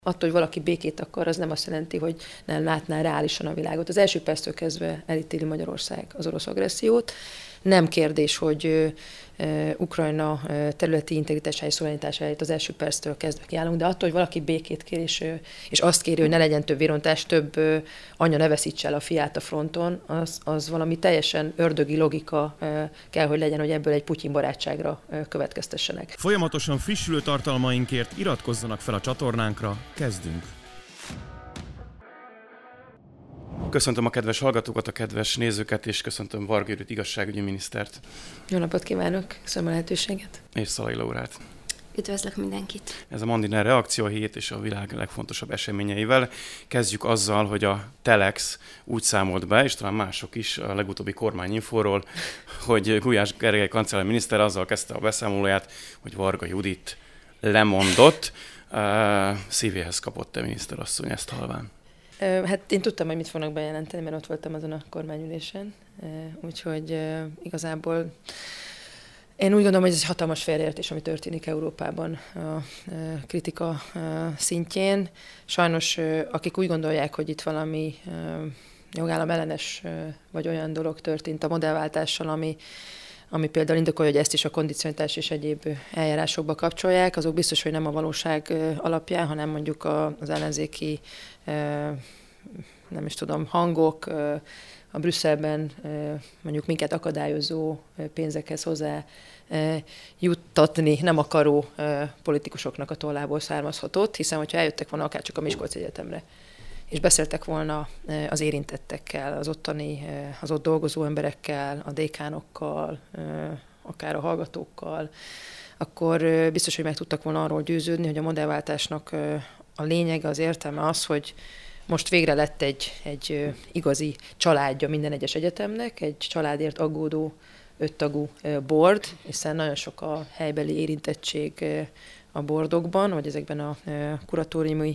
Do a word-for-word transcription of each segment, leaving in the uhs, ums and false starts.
Attól, hogy valaki békét akar, az nem azt jelenti, hogy nem látná reálisan a világot. Az első perctől kezdve elítéli Magyarország az orosz agressziót. Nem kérdés, hogy Ukrajna területi integritásáért, szuverenitásáért az első perctől kezdve kiállunk, de attól, hogy valaki békét kér, és, és azt kéri, hogy ne legyen több vérontás, több anya ne veszítse el a fiát a fronton, az, az valami teljesen ördögi logika kell, hogy legyen, hogy ebből egy Putyin barátságra következtessenek. Folyamatosan frissülő tartalmainkért iratkozzanak fel a csatornánkra, kezdünk! Köszöntöm a kedves hallgatókat, a kedves nézőket, és köszöntöm Varga Judit igazságügyi minisztert. Jó napot kívánok, köszönöm a lehetőséget. És Szalai Laurát. Üdvözlök mindenkit! Ez a Mandiner reakcióhét és a világ legfontosabb eseményeivel. Kezdjük azzal, hogy a Telex úgy számolt be, és talán mások is a legutóbbi kormányinfóról, hogy Gulyás Gergely kancellárminiszter azzal kezdte a beszámolóját, hogy Varga Judit lemondott. Szívéhez kapott-e miniszterasszony ezt halván? Hát én tudtam, hogy mit fognak bejelenteni, mert ott voltam azon a kormányülésen, úgyhogy igazából én úgy gondolom, hogy ez egy hatalmas félreértés, ami történik Európában a kritika szintjén. Sajnos akik úgy gondolják, hogy itt valami jogállam ellenes vagy olyan dolog történt a modellváltással, ami ami például indokolja, hogy ezt is a kondicionalitás és egyéb eljárásokba kapcsolják, azok biztos, hogy nem a valóság alapján, hanem mondjuk az ellenzéki, nem is tudom, hangok, a Brüsszelben mondjuk minket akadályozó pénzekhez hozzá juttatni nem akaró politikusoknak a tollából származhatott, hiszen hogyha eljöttek volna akár csak a Miskolci Egyetemre, és beszéltek volna az érintettekkel, az ottani, az ott dolgozó emberekkel, a dékánokkal, akár a hallgatókkal, akkor biztos, hogy meg tudtak volna arról győződni, hogy a modellváltásnak a lényege, az értelme az, hogy most végre lett egy, egy igazi családja minden egyes egyetemnek, egy családért aggódó öttagú board, hiszen nagyon sok a helybeli érintettség a boardokban, vagy ezekben a kuratóriumi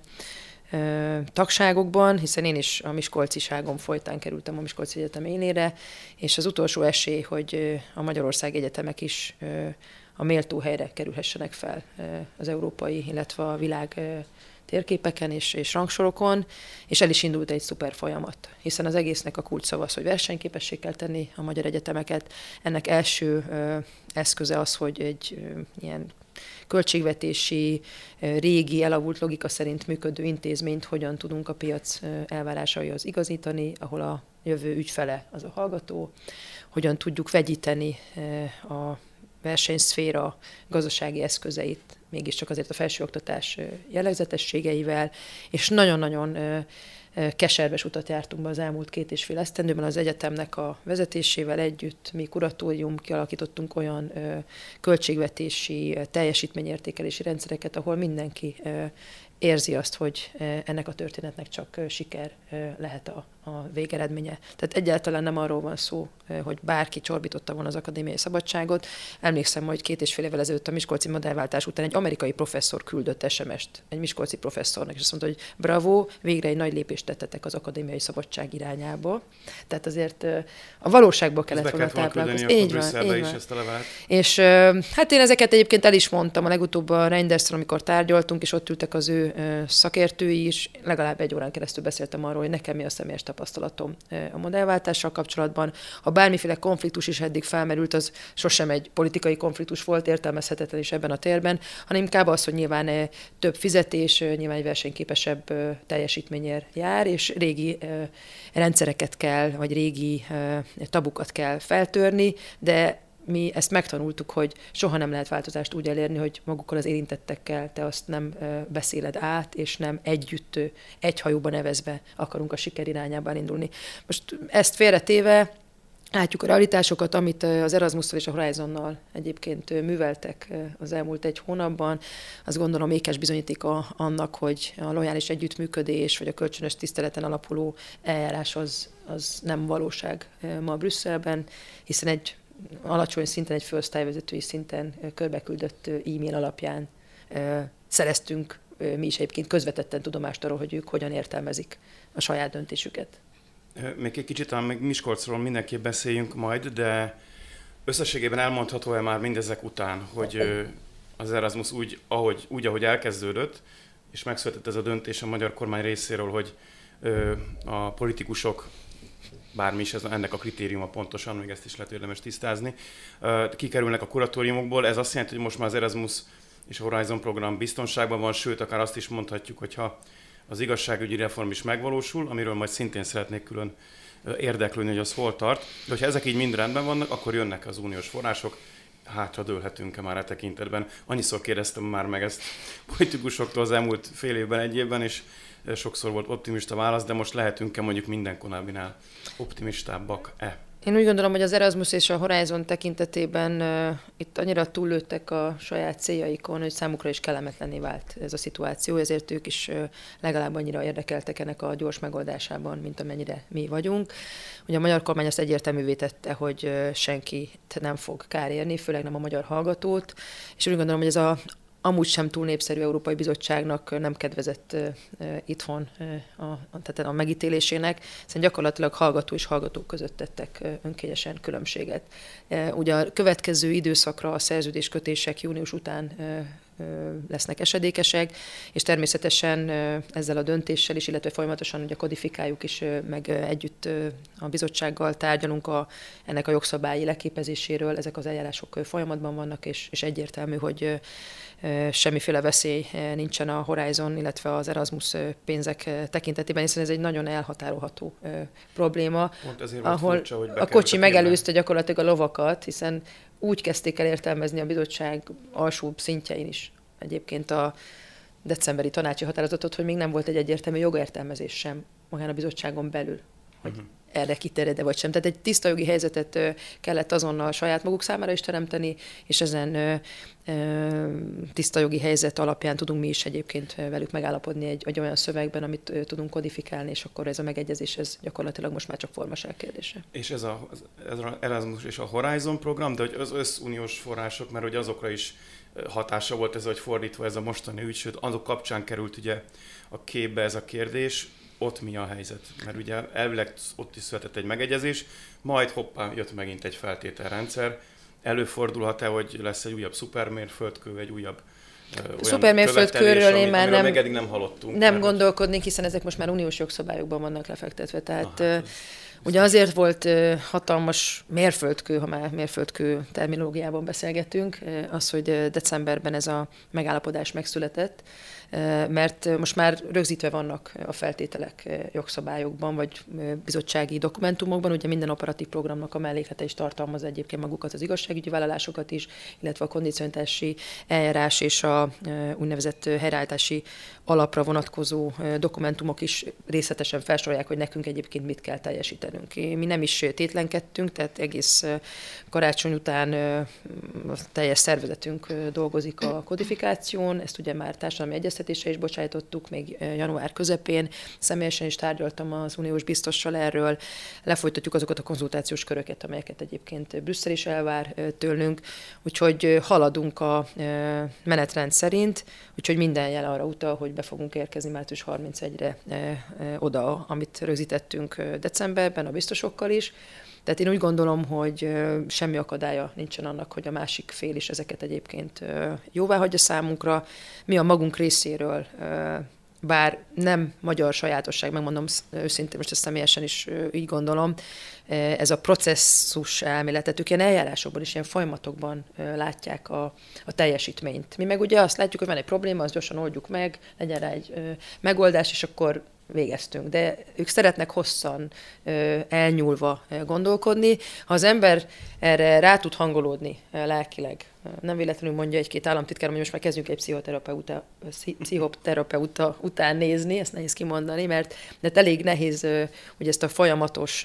tagságokban, hiszen én is a miskolciságom folytán kerültem a Miskolci Egyetem élére, és az utolsó esély, hogy a Magyarország egyetemek is a méltó helyre kerülhessenek fel az európai, illetve a világ térképeken és, és rangsorokon, és el is indult egy szuper folyamat, hiszen az egésznek a kulcsszava az, hogy versenyképessé kell tenni a magyar egyetemeket. Ennek első eszköze az, hogy egy ilyen költségvetési, régi, elavult logika szerint működő intézményt hogyan tudunk a piac elvárásaihoz igazítani, ahol a jövő ügyfele az a hallgató, hogyan tudjuk vegyíteni a versenyszféra gazdasági eszközeit, mégiscsak azért a felsőoktatás jellegzetességeivel, és nagyon-nagyon keserves utat jártunk be az elmúlt két és fél esztendőben az egyetemnek a vezetésével együtt. Mi kuratórium kialakítottunk olyan ö, költségvetési, teljesítményértékelési rendszereket, ahol mindenki ö, érzi azt, hogy ennek a történetnek csak siker lehet a, a végeredménye. Tehát egyáltalán nem arról van szó, hogy bárki csorbította volna az akadémiai szabadságot. Emlékszem, hogy két és fél évvel ezelőtt a miskolci modellváltás után egy amerikai professzor küldött es em est egy miskolci professzornak, és azt mondta, hogy bravo, végre egy nagy lépést tettetek az akadémiai szabadság irányába. Tehát azért a valóságból kellett volna táplálkozni. Így van, így van. Ezt a levelet. És hát én ezeket egyébként el is mondtam a legutóbb a Reindersen, amikor tárgyaltunk, és ott ültek az ő szakértői is, legalább egy órán keresztül beszéltem arról, hogy nekem mi a személyes tapasztalatom a modellváltással kapcsolatban. Ha bármiféle konfliktus is eddig felmerült, az sosem egy politikai konfliktus volt, értelmezhetetlen is ebben a térben, hanem inkább az, hogy nyilván több fizetés, nyilván egy versenyképesebb teljesítményért jár, és régi rendszereket kell, vagy régi tabukat kell feltörni, de mi ezt megtanultuk, hogy soha nem lehet változást úgy elérni, hogy magukkal az érintettekkel te azt nem beszéled át, és nem együtt, egy hajóba nevezve akarunk a siker irányában indulni. Most ezt félretéve látjuk a realitásokat, amit az Erasmusszal és a Horizonnal egyébként műveltek az elmúlt egy hónapban. Azt gondolom ékes bizonyítéka annak, hogy a lojális együttműködés, vagy a kölcsönös tiszteleten alapuló eljárás az, az nem valóság ma Brüsszelben, hiszen egy alacsony szinten, egy főosztályvezetői szinten körbeküldött e-mail alapján szereztünk mi is egyébként közvetetten tudomást arról, hogy ők hogyan értelmezik a saját döntésüket. Még egy kicsit, még Miskolcról mindenképp beszéljünk majd, de összességében elmondható-e már mindezek után, hogy az Erasmus úgy, ahogy, úgy, ahogy elkezdődött, és megszületett ez a döntés a magyar kormány részéről, hogy ö, a politikusok, bármi is ez, ennek a kritériuma pontosan, még ezt is lehet érdemes tisztázni, ö, kikerülnek a kuratóriumokból. Ez azt jelenti, hogy most már az Erasmus és a Horizon program biztonságban van, sőt, akár azt is mondhatjuk, hogyha az igazságügyi reform is megvalósul, amiről majd szintén szeretnék külön érdeklődni, hogy az hol tart. De hogyha ezek így mind rendben vannak, akkor jönnek az uniós források, hátradőlhetünk-e már e tekintetben. Annyiszor kérdeztem már meg ezt politikusoktól az elmúlt fél évben, egy évben, és sokszor volt optimista válasz, de most lehetünk-e mondjuk minden korábbinál optimistábbak-e? Én úgy gondolom, hogy az Erasmus és a Horizon tekintetében uh, itt annyira túllőttek a saját céljaikon, hogy számukra is kellemetlenné vált ez a szituáció, ezért ők is uh, legalább annyira érdekeltek ennek a gyors megoldásában, mint amennyire mi vagyunk. Ugye a magyar kormány azt egyértelművé tette, hogy uh, senkit nem fog kár érni, főleg nem a magyar hallgatót, és úgy gondolom, hogy ez a amúgy sem túl népszerű Európai Bizottságnak nem kedvezett uh, itthon uh, a, tehát a megítélésének, hiszen gyakorlatilag hallgató és hallgatók között tettek uh, önkényesen különbséget. Uh, ugye a következő időszakra a szerződéskötések június után uh, lesznek esedékesek, és természetesen ezzel a döntéssel is, illetve folyamatosan ugye kodifikáljuk is, meg együtt a bizottsággal tárgyalunk a, ennek a jogszabályi leképezéséről, ezek az eljárások folyamatban vannak, és, és egyértelmű, hogy semmiféle veszély nincsen a Horizon, illetve az Erasmus pénzek tekintetében, hiszen ez egy nagyon elhatárolható probléma, ahol furcsa, hogy a kocsi megelőzte gyakorlatilag a lovakat, hiszen úgy kezdték el értelmezni a bizottság alsóbb szintjein is egyébként a decemberi tanácsi határozatot, hogy még nem volt egy egyértelmű jogértelmezés sem magán a bizottságon belül, hogy uh-huh. erre kiterjed-e vagy sem. Tehát egy tiszta jogi helyzetet kellett azonnal saját maguk számára is teremteni, és ezen tiszta jogi helyzet alapján tudunk mi is egyébként velük megállapodni egy, egy olyan szövegben, amit tudunk kodifikálni, és akkor ez a megegyezés, ez gyakorlatilag most már csak formaság kérdése. És ez a, ez a Erasmus és a Horizon program, de hogy az összuniós források, mert ugye azokra is hatása volt ez, hogy fordítva ez a mostani ügy, sőt, azok kapcsán került ugye a képbe ez a kérdés, ott mi a helyzet? Mert ugye elvileg ott is született egy megegyezés, majd hoppá, jött megint egy feltételrendszer. Előfordulhat-e, hogy lesz egy újabb szupermérföldkő, egy újabb a szupermérföldkőről én már nem, még nem hallottunk. Nem gondolkodnék, hiszen ezek most már uniós jogszabályokban vannak lefektetve. Tehát Aha, ugye azért volt hatalmas mérföldkő, ha már mérföldkő terminológiában beszélgetünk, az, hogy decemberben ez a megállapodás megszületett, mert most már rögzítve vannak a feltételek jogszabályokban, vagy bizottsági dokumentumokban, ugye minden operatív programnak a melléklete is tartalmaz egyébként magukat az igazságügyi vállalásokat is, illetve a kondicionalitási eljárás és a úgynevezett helyreállítási alapra vonatkozó dokumentumok is részletesen felsorolják, hogy nekünk egyébként mit kell teljesítenünk. Mi nem is tétlenkedtünk, tehát egész karácsony után a teljes szervezetünk dolgozik a kodifikáción, ezt ugye már társadalmi egyeztetésre is bocsájtottuk, még január közepén. Személyesen is tárgyaltam az uniós biztossal erről, lefolytatjuk azokat a konzultációs köröket, amelyeket egyébként Brüsszel is elvár tőlünk, úgyhogy haladunk a menetrend szerint, úgyhogy minden jel arra utal, hogy be fogunk érkezni március harmincegyedikére oda, amit rögzítettünk decemberben a biztosokkal is. Tehát én úgy gondolom, hogy semmi akadálya nincsen annak, hogy a másik fél is ezeket egyébként jóvá hagyja számunkra. Mi a magunk részéről, bár nem magyar sajátosság, megmondom őszintén, most ezt személyesen is így gondolom, ez a processzus elméletet, ők ilyen eljárásokban is, ilyen folyamatokban látják a, a teljesítményt. Mi meg ugye azt látjuk, hogy van egy probléma, azt gyorsan oldjuk meg, legyen rá egy megoldás, és akkor végeztünk. De ők szeretnek hosszan, elnyúlva gondolkodni. Ha az ember erre rá tud hangolódni lelkileg, nem véletlenül mondja egy-két államtitkár, hogy most már kezdjünk egy pszichoterapeuta, pszichoterapeuta után nézni, ezt nehéz kimondani, mert de elég nehéz ugye ezt a folyamatos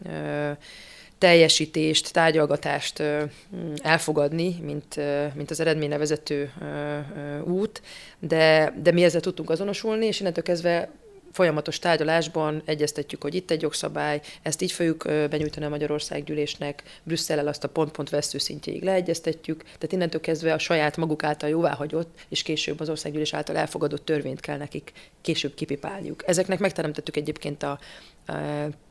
teljesítést, tárgyalgatást elfogadni, mint, mint az eredményre vezető út, de, de mi ezzel tudtunk azonosulni, és innentől kezdve folyamatos tárgyalásban egyeztetjük, hogy itt egy jogszabály, ezt így fogjuk benyújtani a Magyarország Gyűlésnek, Brüsszellel azt a pont-pont veszőszintjéig leegyeztetjük, tehát innentől kezdve a saját maguk által jóváhagyott, és később az Országgyűlés által elfogadott törvényt kell nekik később kipipálniuk. Ezeknek megteremtettük egyébként a, a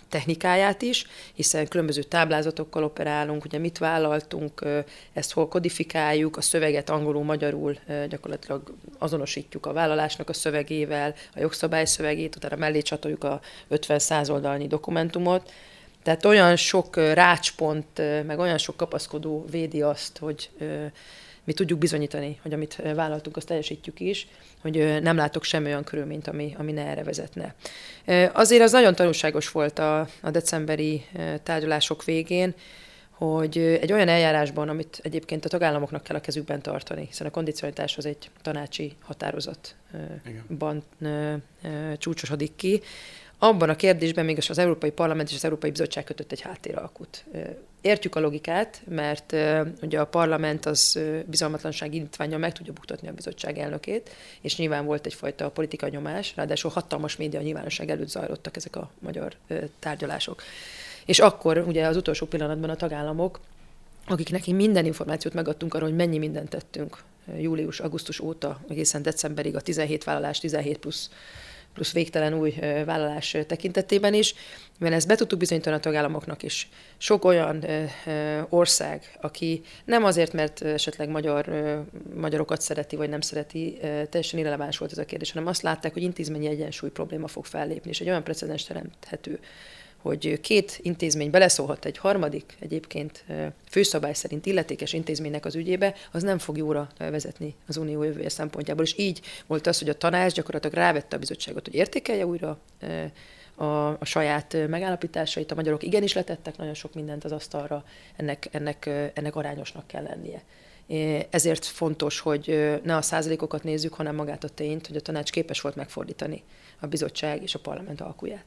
technikáját is, hiszen különböző táblázatokkal operálunk, ugye mit vállaltunk, ezt hol kodifikáljuk, a szöveget angolul, magyarul gyakorlatilag azonosítjuk a vállalásnak a szövegével, a jogszabály szövegét, utána mellé csatoljuk a ötven-száz oldalnyi dokumentumot. Tehát olyan sok rácspont, meg olyan sok kapaszkodó védi azt, hogy mi tudjuk bizonyítani, hogy amit vállaltunk, azt teljesítjük is, hogy nem látok semmi olyan körülményt, ami, ami ne erre vezetne. Azért az nagyon tanulságos volt a, a decemberi tárgyalások végén, hogy egy olyan eljárásban, amit egyébként a tagállamoknak kell a kezükben tartani, hiszen a kondicionalitás az egy tanácsi határozatban csúcsosodik ki, abban a kérdésben még az Európai Parlament és az Európai Bizottság kötött egy háttéralkut. Értjük a logikát, mert ugye a parlament az bizalmatlansági indítvánnyal meg tudja buktatni a bizottság elnökét, és nyilván volt egyfajta politikai nyomás, ráadásul hatalmas média nyilvánosság előtt zajlottak ezek a magyar tárgyalások. És akkor ugye az utolsó pillanatban a tagállamok, akiknek minden információt megadtunk arról, hogy mennyi mindent tettünk július-augusztus óta, egészen decemberig a tizenhét vállalás, tizenhét plusz plusz végtelen új vállalás tekintetében is, mivel ezt be tudtuk bizonyítani a tagállamoknak is. Sok olyan ország, aki nem azért, mert esetleg magyar, magyarokat szereti, vagy nem szereti, teljesen irreleváns volt ez a kérdés, hanem azt látták, hogy intézményi egyensúly probléma fog fellépni, és egy olyan precedens teremthető, hogy két intézmény beleszólhat egy harmadik, egyébként főszabály szerint illetékes intézménynek az ügyébe, az nem fog jóra vezetni az unió jövője szempontjából. És így volt az, hogy a tanács gyakorlatilag rávette a bizottságot, hogy értékelje újra a, a saját megállapításait. A magyarok igenis letettek nagyon sok mindent az asztalra, ennek, ennek, ennek arányosnak kell lennie. Ezért fontos, hogy ne a százalékokat nézzük, hanem magát a tényt, hogy a tanács képes volt megfordítani a bizottság és a parlament alkuját.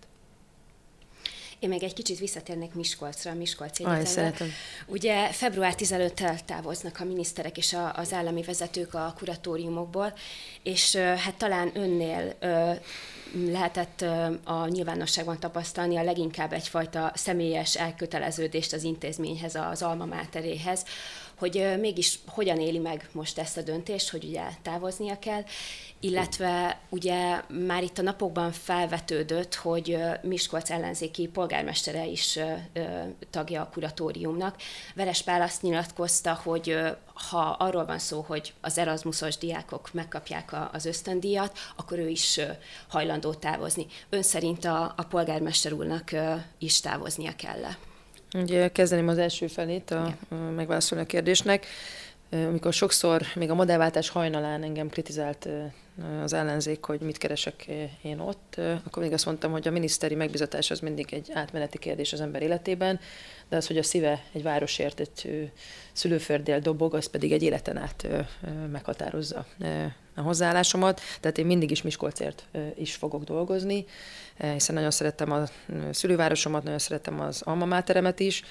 Én még egy kicsit visszatérnék Miskolcra, a Miskolci Aj, Egyetemre. szeretem. Ugye február tizenötödikével távoznak a miniszterek és a, az állami vezetők a kuratóriumokból, és hát talán önnél lehetett a nyilvánosságban tapasztalni a leginkább egyfajta személyes elköteleződést az intézményhez, az alma máteréhez, hogy mégis hogyan éli meg most ezt a döntést, hogy ugye távoznia kell, illetve ugye már itt a napokban felvetődött, hogy Miskolc ellenzéki polgármestere is tagja a kuratóriumnak. Veres Pál azt nyilatkozta, hogy ha arról van szó, hogy az Erasmusos diákok megkapják az ösztöndíjat, akkor ő is hajlandó távozni. Ön szerint a, a polgármester úrnak is távoznia kell-e? Ugye kezdeném az első felét a, a megválaszolni a kérdésnek. Amikor sokszor, még a modellváltás hajnalán engem kritizált az ellenzék, hogy mit keresek én ott, akkor még azt mondtam, hogy a miniszteri megbizatás az mindig egy átmeneti kérdés az ember életében, de az, hogy a szíve egy városért, egy szülőfölddel dobog, az pedig egy életen át meghatározza a hozzáállásomat. Tehát én mindig is Miskolcért is fogok dolgozni, hiszen nagyon szerettem a szülővárosomat, nagyon szerettem az alma máteremet is.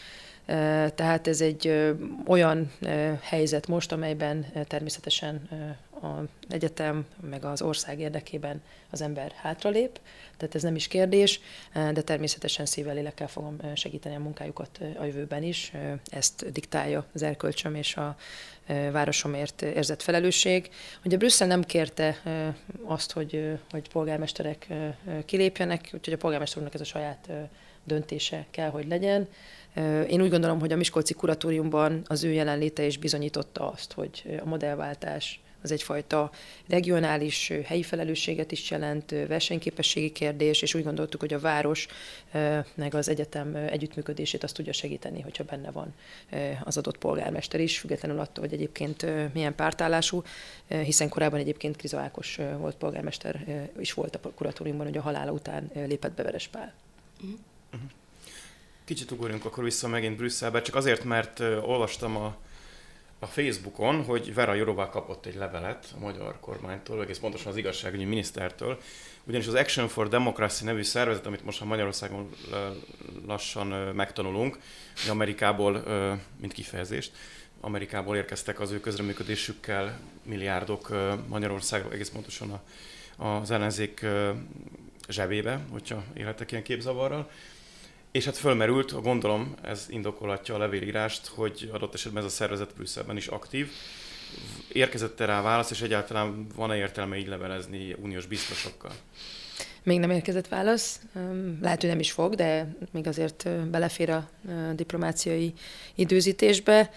Tehát ez egy olyan helyzet most, amelyben természetesen az egyetem, meg az ország érdekében az ember hátralép, tehát ez nem is kérdés, de természetesen szívvel, lélekkel fogom segíteni a munkájukat a jövőben is. Ezt diktálja az erkölcsöm és a városomért érzett felelősség. Ugye Brüsszel nem kérte azt, hogy, hogy polgármesterek kilépjenek, úgyhogy a polgármester úrnak ez a saját döntése kell, hogy legyen. Én úgy gondolom, hogy a Miskolci kuratóriumban az ő jelenléte is bizonyította azt, hogy a modellváltás az egyfajta regionális helyi felelősséget is jelent, versenyképességi kérdés, és úgy gondoltuk, hogy a város meg az egyetem együttműködését azt tudja segíteni, hogyha benne van az adott polgármester is, függetlenül attól, hogy egyébként milyen pártállású, hiszen korábban egyébként Kriza Ákos volt polgármester, is volt a kuratóriumban, hogy a halála után lépett be Veres Pál. Mm. Uh-huh. Kicsit ugorjunk akkor vissza megint Brüsszelbe, csak azért, mert uh, olvastam a, a Facebookon, hogy Vera Jourová kapott egy levelet a magyar kormánytól, egész pontosan az igazságügyi minisztertől, ugyanis az Action for Democracy nevű szervezet, amit most Magyarországon lassan uh, megtanulunk, hogy Amerikából, uh, mint kifejezést, Amerikából érkeztek az ő közreműködésükkel milliárdok uh, Magyarországra, egész pontosan a, az ellenzék uh, zsebébe, hogyha élhetek ilyen képzavarral. És hát fölmerült, gondolom ez indokolatja a levélírást, hogy adott esetben ez a szervezet Brüsszelben is aktív. Érkezett-e rá válasz, és egyáltalán van-e értelme így levelezni uniós biztosokkal? Még nem érkezett válasz. Lehet, hogy nem is fog, de még azért belefér a diplomáciai időzítésbe.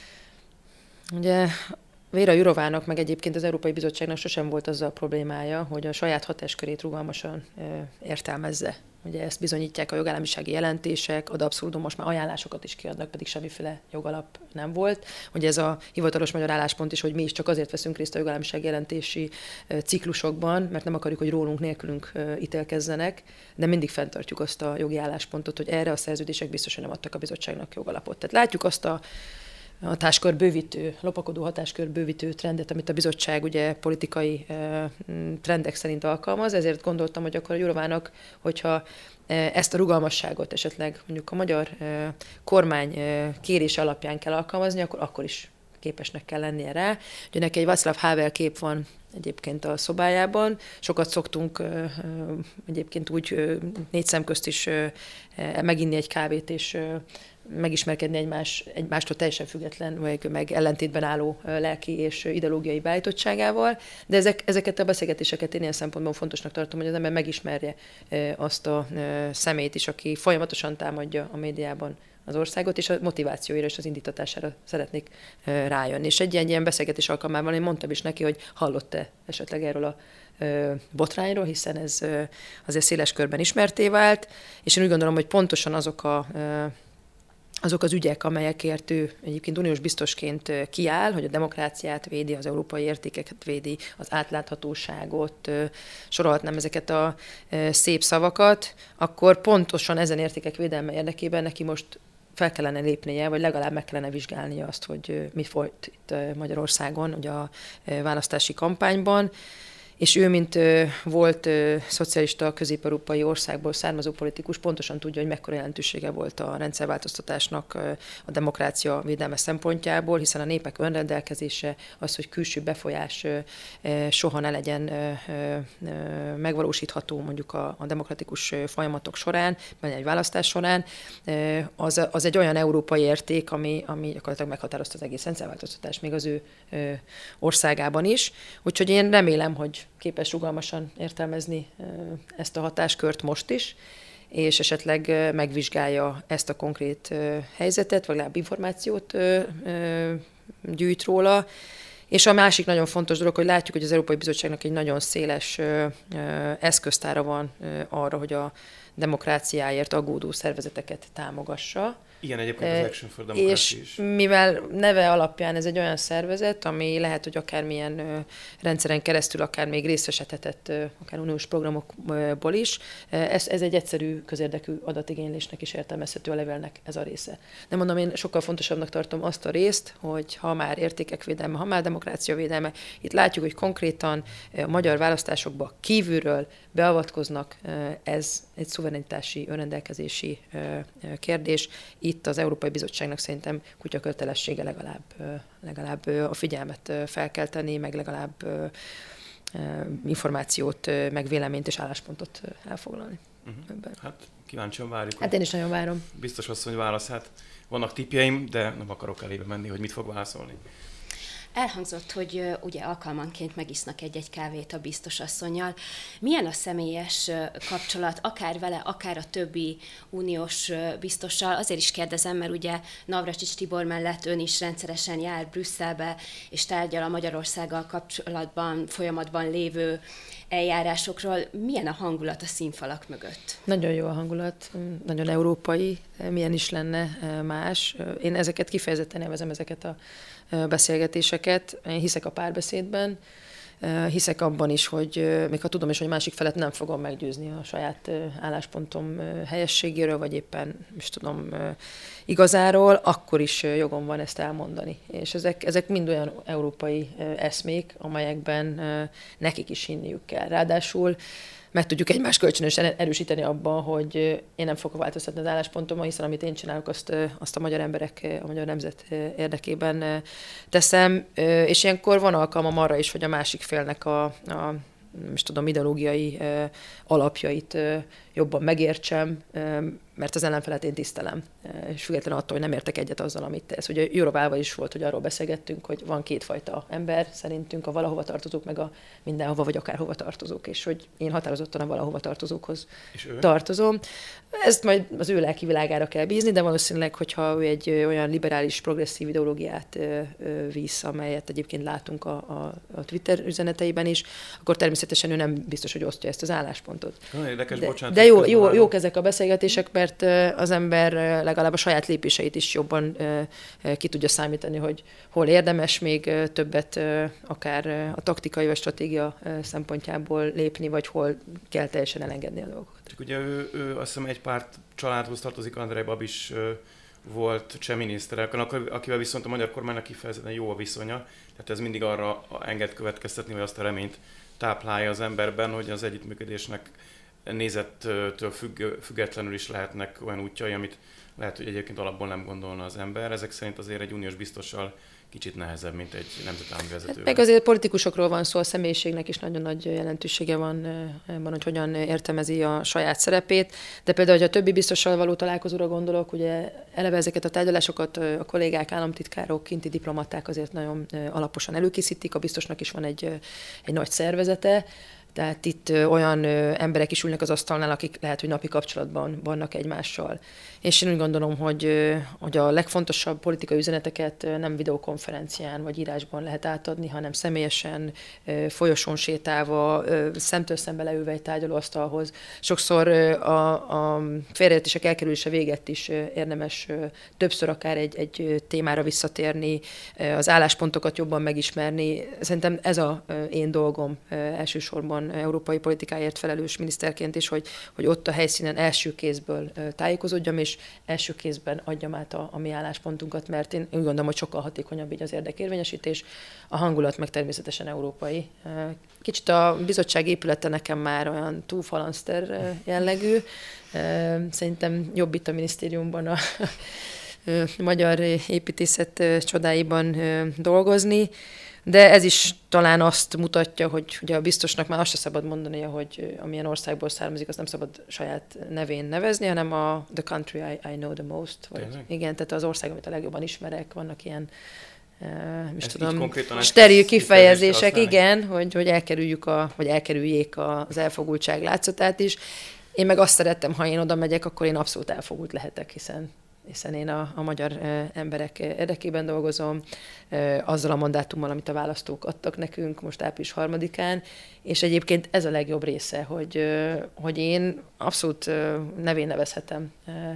Ugye Véra Jourovának, meg egyébként az Európai Bizottságnak sosem volt azzal a problémája, hogy a saját hatáskörét rugalmasan értelmezze. Ugye ezt bizonyítják a jogállamisági jelentések, ad abszurdum most már ajánlásokat is kiadnak, pedig semmiféle jogalap nem volt. Ugye ez a hivatalos magyar álláspont is, hogy mi is csak azért veszünk részt a jogállamisági jelentési ciklusokban, mert nem akarjuk, hogy rólunk nélkülünk ítélkezzenek, de mindig fenntartjuk azt a jogi álláspontot, hogy erre a szerződések biztosan nem adtak a bizottságnak jogalapot. Tehát látjuk azt a hatáskör bővítő, lopakodó hatáskör bővítő trendet, amit a bizottság ugye politikai e, trendek szerint alkalmaz, ezért gondoltam, hogy akkor a Jourovának, hogyha e, ezt a rugalmasságot esetleg mondjuk a magyar e, kormány e, kérése alapján kell alkalmazni, akkor, akkor is képesnek kell lennie rá. Ugye neki egy Václav Havel kép van egyébként a szobájában. Sokat szoktunk e, egyébként úgy e, négy szem közt is e, meginni egy kávét, és e, megismerkedni egymás, egymástól teljesen független, vagy meg ellentétben álló lelki és ideológiai beállítottságával, de ezek, ezeket a beszélgetéseket én ilyen szempontból fontosnak tartom, hogy az ember megismerje azt a személyt is, aki folyamatosan támadja a médiában az országot, és a motivációira és az indítatására szeretnék rájönni. És egy ilyen, ilyen beszélgetés alkalmával én mondtam is neki, hogy hallott-e esetleg erről a botrányról, hiszen ez azért széles körben ismerté vált, és én úgy gondolom, hogy pontosan azok a azok az ügyek, amelyekért ő egyébként uniós biztosként kiáll, hogy a demokráciát védi, az európai értékeket védi, az átláthatóságot, sorolhatnám ezeket a szép szavakat, akkor pontosan ezen értékek védelme érdekében neki most fel kellene lépnie, vagy legalább meg kellene vizsgálnia azt, hogy mi folyt itt Magyarországon ugye a választási kampányban. És ő, mint ö, volt ö, szocialista közép-európai országból származó politikus, pontosan tudja, hogy mekkora jelentősége volt a rendszerváltoztatásnak ö, a demokrácia védelme szempontjából, hiszen a népek önrendelkezése, az, hogy külső befolyás ö, ö, soha ne legyen ö, ö, megvalósítható mondjuk a, a demokratikus folyamatok során, vagy egy választás során, ö, az, az egy olyan európai érték, ami, ami gyakorlatilag meghatározta az egész rendszerváltoztatást, még az ő ö, országában is. Úgyhogy én remélem, hogy képes rugalmasan értelmezni ezt a hatáskört most is, és esetleg megvizsgálja ezt a konkrét helyzetet, vagy legalább információt gyűjt róla. És a másik nagyon fontos dolog, hogy látjuk, hogy az Európai Bizottságnak egy nagyon széles eszköztára van arra, hogy a demokráciáért aggódó szervezeteket támogassa. Igen, egyébként az Action for Democracy és is. mivel neve alapján ez egy olyan szervezet, ami lehet, hogy akármilyen ö, rendszeren keresztül, akár még részesedhetett, ö, akár uniós programokból is, ez, ez egy egyszerű közérdekű adatigénylésnek is értelmezhető a levélnek ez a része. De mondom, én sokkal fontosabbnak tartom azt a részt, hogy ha már értékek védelme, ha már demokrácia védelme, itt látjuk, hogy konkrétan a magyar választásokba kívülről beavatkoznak, ez egy szuverenitási, önrendelkezési kérdés. Itt az Európai Bizottságnak szerintem kutya kötelessége legalább, legalább a figyelmet felkelteni, meg legalább információt, meg véleményt és álláspontot elfoglalni. Uh-huh. Hát kíváncsian várjuk. Hát én is nagyon várom. Biztos asszony válaszát. Vannak tippjeim, de nem akarok elébe menni, hogy mit fog válaszolni. Elhangzott, hogy uh, ugye alkalmanként megisznak egy-egy kávét a biztos asszonnyal. Milyen a személyes uh, kapcsolat, akár vele, akár a többi uniós uh, biztossal? Azért is kérdezem, mert ugye Navracsics Tibor mellett ön is rendszeresen jár Brüsszelbe, és tárgyal a Magyarországgal kapcsolatban, folyamatban lévő eljárásokról. Milyen a hangulat a színfalak mögött? Nagyon jó a hangulat, nagyon európai, milyen is lenne más. Én ezeket kifejezetten nevezem, ezeket a beszélgetéseket. Én hiszek a párbeszédben, hiszek abban is, hogy még ha tudom is, hogy másik felet nem fogom meggyőzni a saját álláspontom helyességéről, vagy éppen, is tudom, igazáról, akkor is jogom van ezt elmondani. És ezek, ezek mind olyan európai eszmék, amelyekben nekik is hinniük kell. Ráadásul meg tudjuk egymást kölcsönösen erősíteni abban, hogy én nem fogok változtatni az álláspontomon, hiszen amit én csinálok, azt, azt a magyar emberek, a magyar nemzet érdekében teszem, és ilyenkor van alkalmam arra is, hogy a másik félnek a, a most tudom, ideológiai alapjait jobban megértsem, mert az ellenfelet én tisztelem, és függetlenül attól, hogy nem értek egyet azzal, amit tesz. Ugye Jourovával is volt, hogy arról beszélgettünk, hogy van kétfajta ember szerintünk, a valahova tartozók, meg a mindenhova vagy akárhova tartozók, és hogy én határozottan a valahova tartozókhoz tartozom. Ezt majd az ő lelki világára kell bízni, de valószínűleg, hogyha ő egy olyan liberális, progresszív ideológiát visz, amelyet egyébként látunk a, a, a Twitter üzeneteiben is, akkor természetesen ő nem biztos, hogy osztja ezt az álláspontot. Na, érdekes, de bocsánat, de jó, jó, jók ezek a beszélgetések, mert az ember legalább a saját lépéseit is jobban ki tudja számítani, hogy hol érdemes még többet akár a taktikai vagy stratégia szempontjából lépni, vagy hol kell teljesen elengedni a dolgokat. Csak ugye ő, ő azt hiszem egy párt családhoz tartozik, Andrej Babis volt cseh miniszterelnök, akivel viszont a magyar kormánynak kifejezetten jó a viszonya, tehát ez mindig arra enged következtetni, hogy azt a reményt táplálja az emberben, hogy az együttműködésnek nézettől függ, függetlenül is lehetnek olyan útjai, amit lehet, hogy egyébként alapból nem gondolna az ember. Ezek szerint azért egy uniós biztossal kicsit nehezebb, mint egy nemzetállami vezetővel. Meg azért politikusokról van szó, a személyiségnek is nagyon nagy jelentősége van ebben, hogy hogyan értelmezi a saját szerepét. De például, hogy a többi biztossal való találkozóra gondolok, ugye eleve ezeket a tárgyalásokat a kollégák, államtitkárok, kinti diplomaták azért nagyon alaposan előkészítik, a biztosnak is van egy, egy nagy szervezete. Tehát itt olyan emberek is ülnek az asztalnál, akik lehet, hogy napi kapcsolatban vannak egymással. És én úgy gondolom, hogy, hogy a legfontosabb politikai üzeneteket nem videokonferencián vagy írásban lehet átadni, hanem személyesen, folyosón sétálva, szemtől szembe leülve egy tárgyalóasztalhoz. Sokszor a, a félreértések elkerülése véget is érdemes többször akár egy, egy témára visszatérni, az álláspontokat jobban megismerni. Szerintem ez a én dolgom elsősorban európai politikáért felelős miniszterként is, hogy, hogy ott a helyszínen első kézből tájékozódjam, és első kézben adjam át a, a mi álláspontunkat, mert én úgy gondolom, hogy sokkal hatékonyabb így az érdekérvényesítés, a hangulat meg természetesen európai. Kicsit a bizottság épülete nekem már olyan túl falanszter jellegű. Szerintem jobb itt a minisztériumban a magyar építészet csodáiban dolgozni. De ez is talán azt mutatja, hogy ugye a biztosnak már azt se szabad mondania, hogy amilyen országból származik, azt nem szabad saját nevén nevezni, hanem a the country I, I know the most. Vagy, igen, tehát az ország, amit a legjobban ismerek, vannak ilyen uh, is tudom, steril kifejezések, igen, hogy, hogy elkerüljük a, vagy elkerüljék az elfogultság látszatát is. Én meg azt szerettem, ha én oda megyek, akkor én abszolút elfogult lehetek, hiszen hiszen én a, a magyar e, emberek érdekében dolgozom, e, azzal a mandátummal, amit a választók adtak nekünk most április harmadikán, és egyébként ez a legjobb része, hogy, e, hogy én abszolút e, nevén nevezhetem e,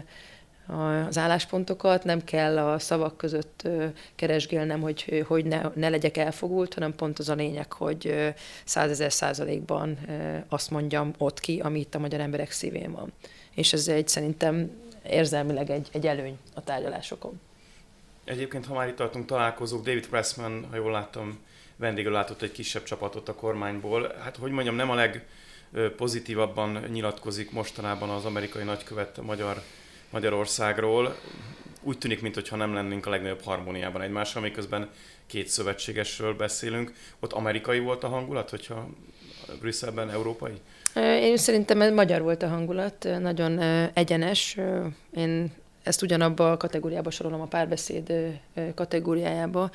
az álláspontokat, nem kell a szavak között e, keresgélnem, hogy, hogy ne, ne legyek elfogult, hanem pont az a lényeg, hogy százezer százalékban e, azt mondjam ott ki, ami itt a magyar emberek szívén van. És ez egy szerintem érzelmileg egy, egy előny a tárgyalásokon. Egyébként, ha már itt tartunk találkozók, David Pressman, ha jól láttam, vendégül látott egy kisebb csapatot a kormányból. Hát, hogy mondjam, nem a legpozitívabban nyilatkozik mostanában az amerikai nagykövet Magyar, Magyarországról. Úgy tűnik, mintha nem lennénk a legnagyobb harmóniában egymással, miközben két szövetségesről beszélünk. Ott amerikai volt a hangulat, hogyha Brüsszelben európai? Én szerintem magyar volt a hangulat, nagyon egyenes. Én ezt ugyanabba a kategóriába sorolom, a párbeszéd kategóriájába,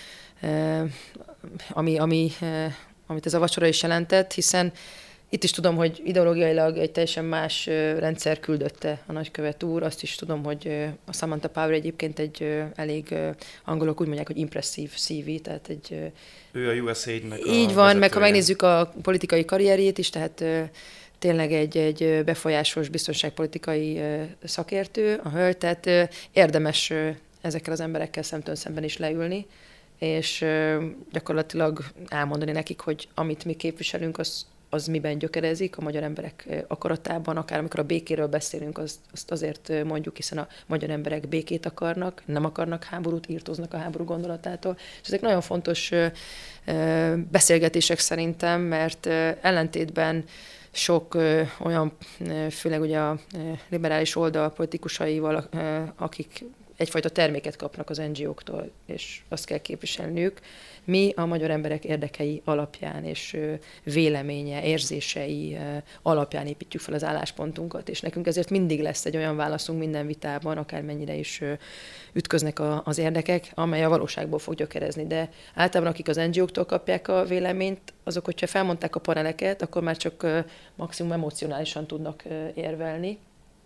ami, ami, amit ez a vacsora is jelentett, hiszen itt is tudom, hogy ideológiailag egy teljesen más rendszer küldötte a nagykövet úr. Azt is tudom, hogy a Samantha Power egyébként egy elég, angolok úgy mondják, hogy impresszív cé vé, tehát egy... Ő a U S A I-nek a Így van, vezetője. Meg ha megnézzük a politikai karrierjét is, tehát tényleg egy, egy befolyásos biztonságpolitikai szakértő, a hölgy, tehát érdemes ezekkel az emberekkel szemtől szemben is leülni, és gyakorlatilag elmondani nekik, hogy amit mi képviselünk, az az miben gyökerezik a magyar emberek akaratában, akár amikor a békéről beszélünk, azt, azt azért mondjuk, hiszen a magyar emberek békét akarnak, nem akarnak háborút, írtóznak a háború gondolatától. És ezek nagyon fontos beszélgetések szerintem, mert ellentétben sok olyan, főleg ugye a liberális oldal politikusaival, akik egyfajta terméket kapnak az en gé óktól, és azt kell képviselniük. Mi a magyar emberek érdekei alapján és véleménye, érzései alapján építjük fel az álláspontunkat, és nekünk ezért mindig lesz egy olyan válaszunk minden vitában, akármennyire is ütköznek az érdekek, amely a valóságból fog gyökerezni. De általában akik az en gé óktól kapják a véleményt, azok, hogyha felmondták a paneleket, akkor már csak maximum emocionálisan tudnak érvelni,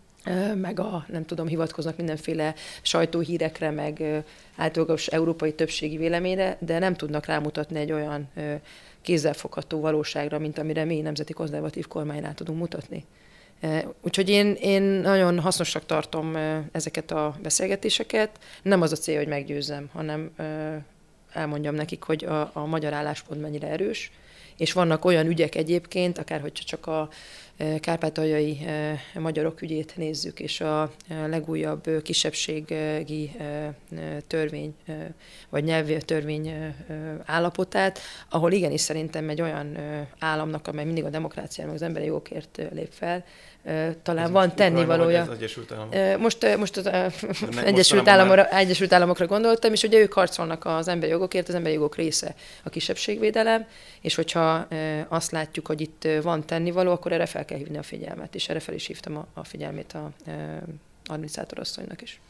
meg a, nem tudom, hivatkoznak mindenféle sajtóhírekre, meg általagos európai többségi véleményre, de nem tudnak rámutatni egy olyan kézzelfogható valóságra, mint amire mi nemzeti konzervatív kormány rá tudunk mutatni. Úgyhogy én, én nagyon hasznosak tartom ezeket a beszélgetéseket. Nem az a cél, hogy meggyőzzem, hanem elmondjam nekik, hogy a, a magyar álláspont mennyire erős, és vannak olyan ügyek egyébként, akár hogyha csak a kárpátaljai magyarok ügyét nézzük, és a legújabb kisebbségi törvény, vagy nyelvi törvény állapotát, ahol igenis szerintem egy olyan államnak, amely mindig a demokráciának, az emberi jogokért lép fel, talán ez van tennivalója. Most, most az Egyesült, Államokra, Egyesült Államokra gondoltam, és ugye ők harcolnak az emberi jogokért, az emberi jogok része a kisebbségvédelem, és hogyha azt látjuk, hogy itt van tennivaló, akkor erre fel kell hívni a figyelmet, és erre fel is hívtam a, a figyelmét a, a adminisztrátorasszonynak is.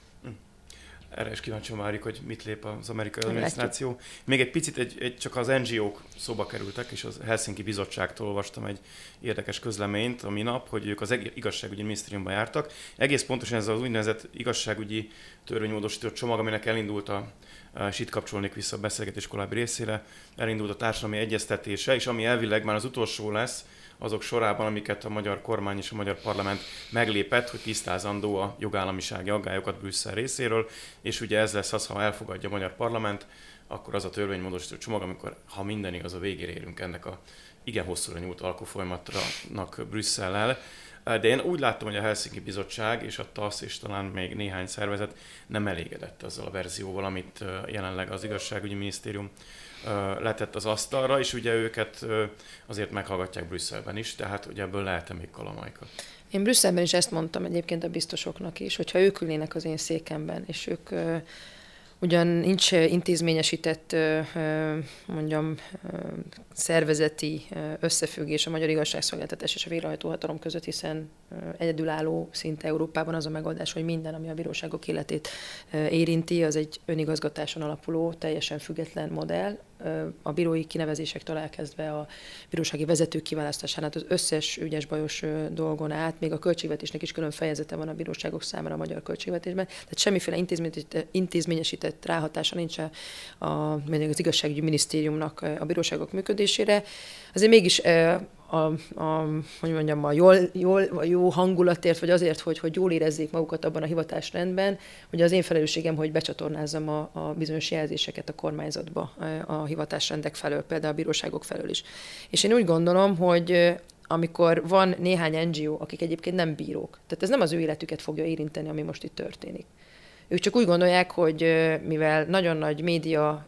Erre is kíváncsi várjuk, hogy mit lép az amerikai adminisztráció. Még egy picit egy, egy, csak az en gé ók szóba kerültek, és az Helsinki Bizottságtól olvastam egy érdekes közleményt a minap, hogy ők az igazságügyi minisztériumban jártak. Egész pontosan ez az úgynevezett igazságügyi törvénymódosító csomag, aminek elindult a, és itt kapcsolnék vissza a beszélgetés korábbi részére, elindult a társadalmi egyeztetése, és ami elvileg már az utolsó lesz, azok sorában, amiket a magyar kormány és a magyar parlament meglépett, hogy tisztázandó a jogállamisági aggályokat Brüsszel részéről, és ugye ez lesz az, ha elfogadja a magyar parlament, akkor az a törvénymódosító csomag, amikor, ha minden igaz, a végére érünk ennek a igen hosszúra nyúlt alkufolyamatnak Brüsszellel. De én úgy láttam, hogy a Helsinki Bizottság és a TASZ és talán még néhány szervezet nem elégedett azzal a verzióval, amit jelenleg az igazságügyi minisztérium letett az asztalra, és ugye őket azért meghallgatják Brüsszelben is, tehát ugye ebből lehet-e még kalamajka? Én Brüsszelben is ezt mondtam egyébként a biztosoknak is, hogyha ők ülnének az én székemben, és ők ugyan nincs intézményesített, mondjam, szervezeti összefüggés a magyar igazságszolgáltatás és a végrehajtó hatalom között, hiszen egyedülálló szinte Európában az a megoldás, hogy minden, ami a bíróságok életét érinti, az egy önigazgatáson alapuló, teljesen független modell. A bírói kinevezésektől elkezdve a bírósági vezetők kiválasztásán, az összes ügyes bajos dolgon át, még a költségvetésnek is külön fejezete van a bíróságok számára a magyar költségvetésben, tehát semmiféle intézményesített ráhatása nincs a, a, az igazságügyi minisztériumnak a bíróságok működésére. Azért mégis a, a, hogy mondjam, a jól, jól, a jó hangulatért, vagy azért, hogy, hogy jól érezzék magukat abban a hivatásrendben, ugye az én felelősségem, hogy becsatornázzam a, a bizonyos jelzéseket a kormányzatba a hivatásrendek felől, például a bíróságok felől is. És én úgy gondolom, hogy amikor van néhány en gé ó, akik egyébként nem bírók, tehát ez nem az ő életüket fogja érinteni, ami most itt történik. Ők csak úgy gondolják, hogy mivel nagyon nagy média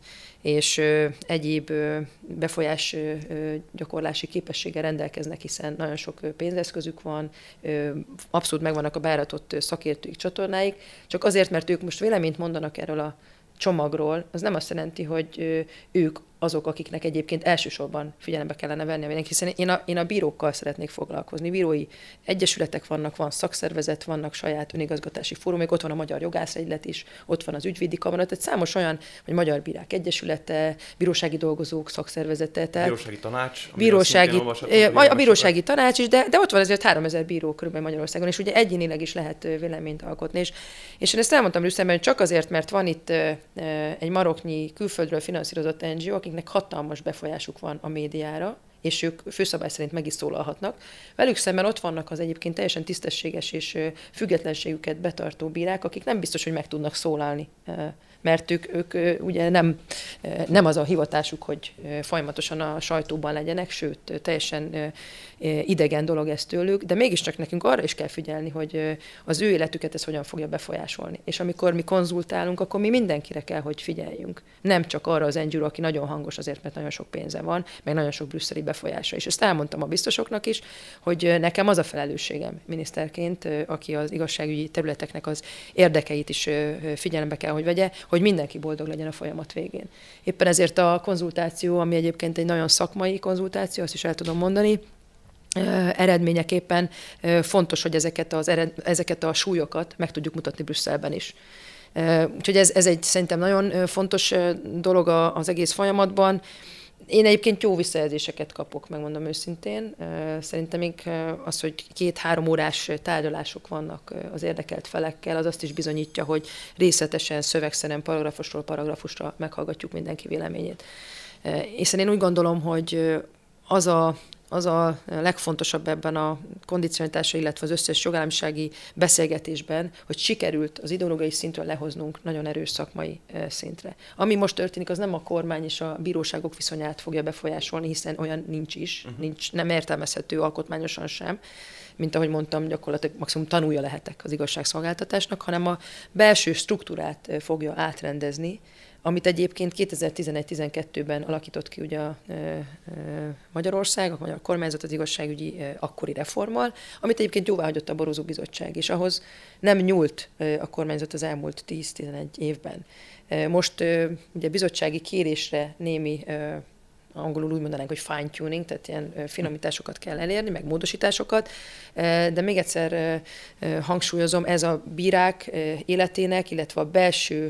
és egyéb befolyás gyakorlási képességgel rendelkeznek, hiszen nagyon sok pénzeszközük van, abszolút megvannak a beáratott szakértőik, csatornáik, csak azért, mert ők most véleményt mondanak erről a csomagról, az nem azt jelenti, hogy ők azok, akiknek egyébként elsősorban figyelembe kellene venni a mindenki, hiszen én a, én a bírókkal szeretnék foglalkozni. Bírói egyesületek vannak, van szakszervezet, vannak saját önigazgatási fórumok, ott van a Magyar Jogászegylet is, ott van az Ügyvédi Kamara, tehát számos olyan, hogy Magyar Bírák Egyesülete, bírósági dolgozók szakszervezete. Tehát bírósági tanács. Bírósági, a, a bírósági tanács is, de, de ott van azért háromezer bíró körülbelül Magyarországon, és ugye egyénileg is lehet véleményt alkotni. És, és én ezt elmondtam Brüsszelben, hogy csak azért, mert van itt egy maroknyi külföldről finanszírozott en gé ó, akiknek hatalmas befolyásuk van a médiára, és ők főszabály szerint meg is szólalhatnak. Velük szemben ott vannak az egyébként teljesen tisztességes és függetlenségüket betartó bírák, akik nem biztos, hogy meg tudnak szólalni, mert ők, ők ugye nem, nem az a hivatásuk, hogy folyamatosan a sajtóban legyenek, sőt, teljesen idegen dolog ez tőlük, de mégiscsak nekünk arra is kell figyelni, hogy az ő életüket ez hogyan fogja befolyásolni. És amikor mi konzultálunk, akkor mi mindenkire kell, hogy figyeljünk. Nem csak arra az en gé ó, aki nagyon hangos azért, mert nagyon sok pénze van, meg nagyon sok brüsszeli befolyása. És ezt elmondtam a biztosoknak is, hogy nekem az a felelősségem miniszterként, aki az igazságügyi területeknek az érdekeit is figyelembe kell, hogy vegye, hogy mindenki boldog legyen a folyamat végén. Éppen ezért a konzultáció, ami egyébként egy nagyon szakmai konzultáció, azt is el tudom mondani, eredményeképpen fontos, hogy ezeket, az ered, ezeket a súlyokat meg tudjuk mutatni Brüsszelben is. Úgyhogy ez, ez egy szerintem nagyon fontos dolog az egész folyamatban. Én egyébként jó visszajelzéseket kapok, megmondom őszintén. Szerintem még az, hogy két-három órás tárgyalások vannak az érdekelt felekkel, az azt is bizonyítja, hogy részletesen, szövegszerűen, paragrafusról paragrafusra meghallgatjuk mindenki véleményét. Hiszen én úgy gondolom, hogy az a az a legfontosabb ebben a kondicionalitásra, illetve az összes jogállamisági beszélgetésben, hogy sikerült az ideológiai szintről lehoznunk nagyon erős szakmai szintre. Ami most történik, az nem a kormány és a bíróságok viszonyát fogja befolyásolni, hiszen olyan nincs is, uh-huh. nincs, nem értelmezhető alkotmányosan sem, mint ahogy mondtam, gyakorlatilag maximum tanulja lehetek az igazságszolgáltatásnak, hanem a belső struktúrát fogja átrendezni, amit egyébként kétezer-tizenegy-tizenkettőben alakított ki ugye a e, e, Magyarország, a magyar kormányzat az igazságügyi e, akkori reformmal, amit egyébként jóváhagyott a Barroso Bizottság, és ahhoz nem nyúlt e, a kormányzat az elmúlt tíz-tizenegy évben. E, most e, ugye bizottsági kérésre némi e, angolul úgy mondanánk, hogy fine-tuning, tehát ilyen finomításokat kell elérni, meg módosításokat, de még egyszer hangsúlyozom, ez a bírák életének, illetve a belső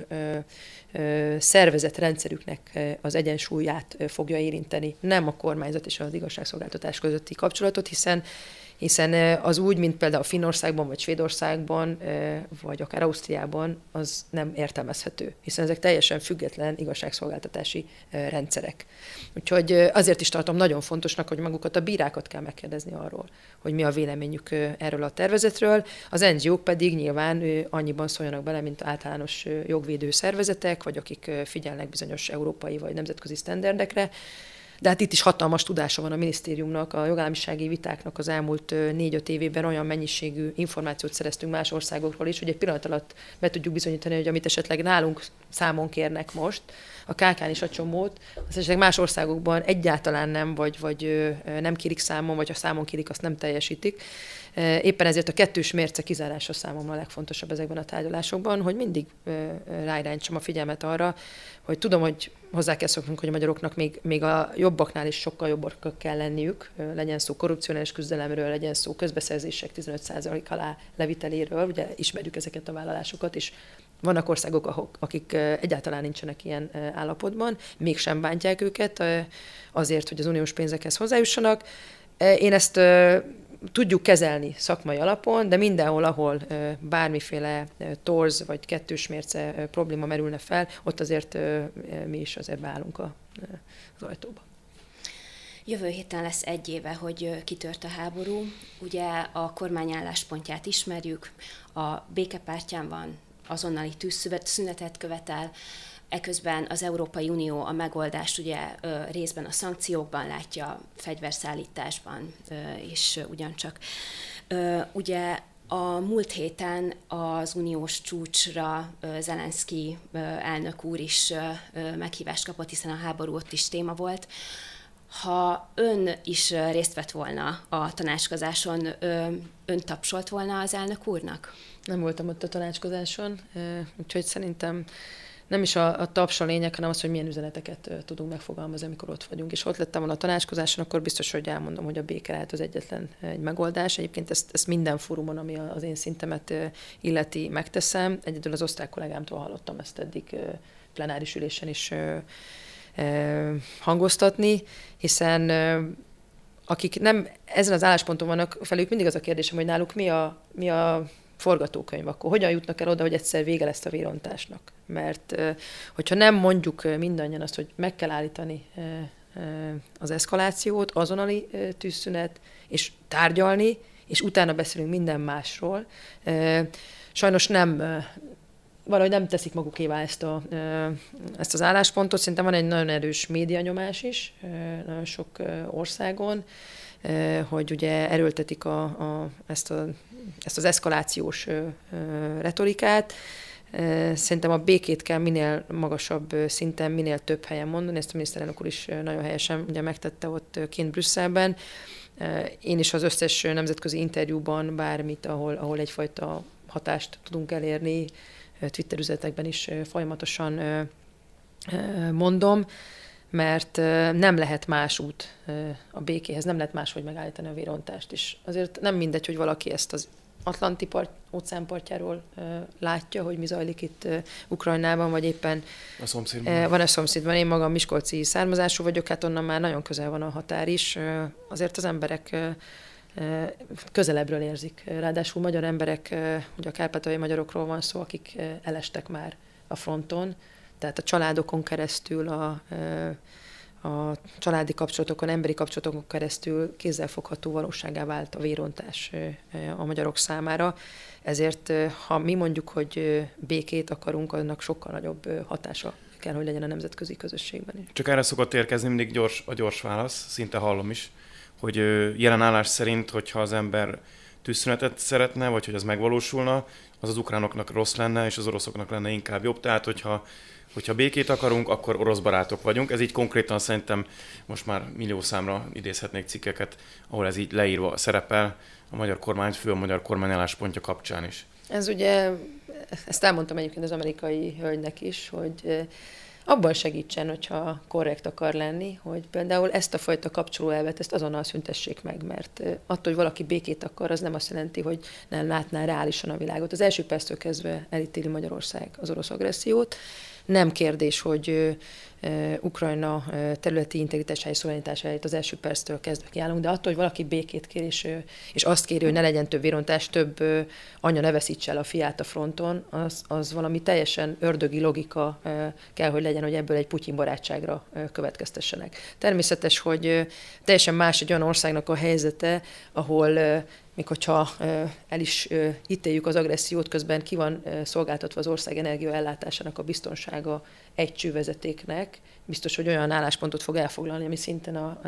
szervezetrendszerüknek az egyensúlyát fogja érinteni, nem a kormányzat és az igazságszolgáltatás közötti kapcsolatot, hiszen hiszen az úgy, mint például Finnországban, vagy Svédországban, vagy akár Ausztriában, az nem értelmezhető, hiszen ezek teljesen független igazságszolgáltatási rendszerek. Úgyhogy azért is tartom nagyon fontosnak, hogy magukat a bírákat kell megkérdezni arról, hogy mi a véleményük erről a tervezetről. Az en gé ók pedig nyilván annyiban szóljanak bele, mint általános jogvédő szervezetek, vagy akik figyelnek bizonyos európai vagy nemzetközi sztenderdekre. De hát itt is hatalmas tudása van a minisztériumnak, a jogállamisági vitáknak az elmúlt négy-öt évében olyan mennyiségű információt szereztünk más országokról is, hogy egy pillanat alatt be tudjuk bizonyítani, hogy amit esetleg nálunk számon kérnek most, a ká kán is a csomót, az esetleg más országokban egyáltalán nem, vagy, vagy nem kérik számon, vagy ha számon kérik, azt nem teljesítik. Éppen ezért a kettős mérce kizárása számomra a legfontosabb ezekben a tárgyalásokban, hogy mindig ráirányítsam a figyelmet arra, hogy tudom, hogy hozzá kell szoknunk, hogy a magyaroknak még, még a jobbaknál is sokkal jobbak kell lenniük, legyen szó korrupcionális küzdelemről, legyen szó közbeszerzések tizenöt százalék alá leviteléről, ugye ismerjük ezeket a vállalásokat, és vannak országok, akik egyáltalán nincsenek ilyen állapotban, mégsem bántják őket azért, hogy az uniós pénzekhez hozzájussanak. Én ezt tudjuk kezelni szakmai alapon, de mindenhol, ahol bármiféle torz vagy kettős mérce probléma merülne fel, ott azért mi is azért beállunk az ajtóba. Jövő héten lesz egy éve, hogy kitört a háború. Ugye a kormány álláspontját ismerjük, a békepártyán van, azonnali tűzszünetet követel, eközben az Európai Unió a megoldást ugye részben a szankciókban látja, fegyverszállításban, és ugyancsak. Ugye a múlt héten az uniós csúcsra Zelenszky elnök úr is meghívást kapott, hiszen a háború ott is téma volt. Ha ön is részt vett volna a tanácskozáson, ön tapsolt volna az elnök úrnak? Nem voltam ott a tanácskozáson, úgyhogy szerintem nem is a, a taps a lényeg, hanem az, hogy milyen üzeneteket tudunk megfogalmazni, amikor ott vagyunk. És ha ott lettem volna a tanácskozáson, akkor biztos, hogy elmondom, hogy a béke lehet az egyetlen egy megoldás. Egyébként ezt, ezt minden fórumon, ami az én szintemet illeti, megteszem. Egyedül az osztrák kollégámtól hallottam ezt eddig plenáris ülésen is hangoztatni, hiszen akik nem ezen az állásponton vannak, felük mindig az a kérdésem, hogy náluk mi a, mi a forgatókönyv, akkor hogyan jutnak el oda, hogy egyszer vége lesz a vérontásnak. Mert hogyha nem mondjuk mindannyian azt, hogy meg kell állítani az eszkalációt, azonnali tűzszünet, és tárgyalni, és utána beszélünk minden másról, sajnos nem, valahogy nem teszik magukévá ezt, a, ezt az álláspontot. Szerintem van egy nagyon erős médianyomás is, nagyon sok országon, hogy ugye erőltetik a, a, ezt, a, ezt az eszkalációs retorikát. Szerintem a békét kell minél magasabb szinten, minél több helyen mondani, ezt a miniszterelnök úr is nagyon helyesen ugye megtette ott kint Brüsszelben. Én is az összes nemzetközi interjúban bármit, ahol, ahol egyfajta hatást tudunk elérni, Twitter üzenetekben is folyamatosan mondom, mert nem lehet más út a békéhez, nem lehet máshogy megállítani a vérontást is. Azért nem mindegy, hogy valaki ezt az Atlanti part, óceánpartjáról uh, látja, hogy mi zajlik itt uh, Ukrajnában, vagy éppen a szomszédban. Uh, van a szomszédban. Én magam miskolci származású vagyok, hát onnan már nagyon közel van a határ is. Uh, azért az emberek uh, uh, közelebbről érzik. Ráadásul magyar emberek, uh, ugye a kárpátaljai magyarokról van szó, akik uh, elestek már a fronton, tehát a családokon keresztül, a uh, a családi kapcsolatokon, emberi kapcsolatokon keresztül kézzelfogható valóságá vált a vérontás a magyarok számára. Ezért, ha mi mondjuk, hogy békét akarunk, annak sokkal nagyobb hatása kell, hogy legyen a nemzetközi közösségben is. Csak erre szokott érkezni mindig gyors, a gyors válasz, szinte hallom is, hogy jelen állás szerint, hogyha az ember tűzszünetet szeretne, vagy hogy az megvalósulna, az az ukránoknak rossz lenne, és az oroszoknak lenne inkább jobb. Tehát, hogyha Hogyha békét akarunk, akkor orosz barátok vagyunk. Ez így konkrétan szerintem most már millió számra idézhetnék cikkeket, ahol ez így leírva szerepel a magyar kormány, fő a magyar kormány álláspontja kapcsán is. Ez ugye, ezt elmondtam egyébként az amerikai hölgynek is, hogy abban segítsen, hogyha korrekt akar lenni, hogy például ezt a fajta kapcsolóelvet, ezt azonnal szüntessék meg, mert attól, hogy valaki békét akar, az nem azt jelenti, hogy nem látná reálisan a világot. Az első perctől kezdve elítéli Magyarország az orosz agressziót. Nem kérdés, hogy uh, Ukrajna uh, területi integritására és szuverenitására az első perctől kezdve kiállunk, de attól, hogy valaki békét kér, és, uh, és azt kéri, hogy ne legyen több vérontás, több uh, anya ne veszítse el a fiát a fronton, az, az valami teljesen ördögi logika uh, kell, hogy legyen, hogy ebből egy Putyin barátságra uh, következtessenek. Természetes, hogy uh, teljesen más egy olyan országnak a helyzete, ahol uh, még hogyha el is ítéljük az agressziót, közben ki van szolgáltatva az ország energiaellátásának a biztonsága egy csővezetéknek, biztos, hogy olyan álláspontot fog elfoglalni, ami szinten a,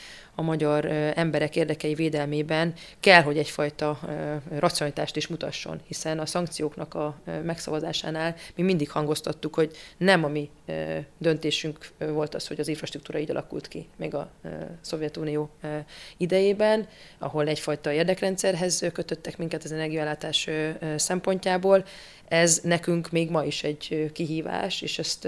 a magyar emberek érdekei védelmében kell, hogy egyfajta racionalitást is mutasson, hiszen a szankcióknak a megszavazásánál mi mindig hangoztattuk, hogy nem a mi döntésünk volt az, hogy az infrastruktúra így alakult ki, még a Szovjetunió idejében, ahol egyfajta érdekrendszerhez kötöttek minket az energiaellátás szempontjából. Ez nekünk még ma is egy kihívás, és ezt